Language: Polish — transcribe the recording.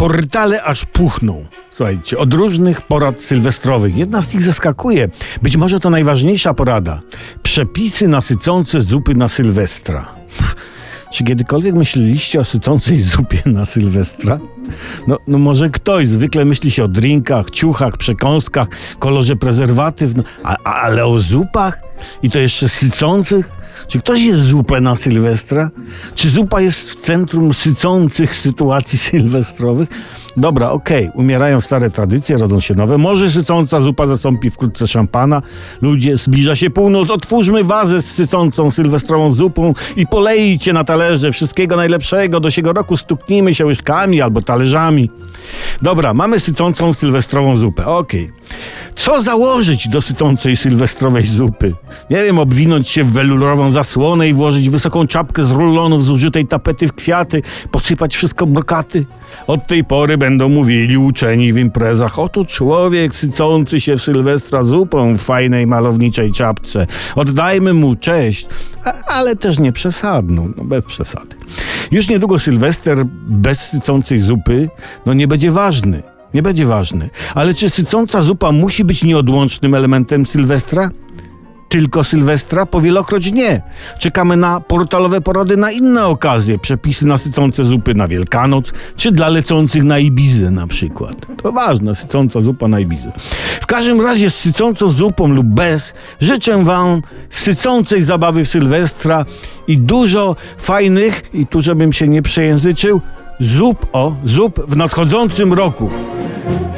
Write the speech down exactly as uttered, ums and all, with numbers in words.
Portale aż puchną. Słuchajcie, od różnych porad sylwestrowych. Jedna z nich zaskakuje. Być może to najważniejsza porada. Przepisy na sycące zupy na Sylwestra. Czy kiedykolwiek myśleliście o sycącej zupie na Sylwestra? No, no może ktoś, zwykle myśli się o drinkach, ciuchach, przekąskach, kolorze prezerwatyw, no, a, a, ale o zupach? I to jeszcze sycących? Czy ktoś je zupę na Sylwestra? Czy zupa jest w centrum sycących sytuacji sylwestrowych? Dobra, okej, okay. Umierają stare tradycje, rodzą się nowe. Może sycąca zupa zastąpi wkrótce szampana. Ludzie, zbliża się północ, otwórzmy wazę z sycącą sylwestrową zupą i polejcie na talerze wszystkiego najlepszego. Do siego roku stuknijmy się łyżkami albo talerzami. Dobra, mamy sycącą sylwestrową zupę, okej. Okay. Co założyć do sycącej sylwestrowej zupy? Nie wiem, obwinąć się w welurową zasłonę i włożyć wysoką czapkę z rulonów zużytej tapety w kwiaty, posypać wszystko brokaty? Od tej pory będą mówili uczeni w imprezach: oto człowiek sycący się w Sylwestra zupą w fajnej malowniczej czapce. Oddajmy mu cześć, A, ale też nie przesadną, no bez przesady. Już niedługo Sylwester bez sycącej zupy no nie będzie ważny. Nie będzie ważny. Ale czy sycąca zupa musi być nieodłącznym elementem Sylwestra? Tylko Sylwestra? Powielokroć nie. Czekamy na portalowe porady na inne okazje. Przepisy na sycące zupy na Wielkanoc, czy dla lecących na Ibizę na przykład. To ważne, sycąca zupa na Ibizę. W każdym razie z sycącą zupą lub bez życzę wam sycącej zabawy w Sylwestra i dużo fajnych, i tu żebym się nie przejęzyczył, zup, o, zup w nadchodzącym roku.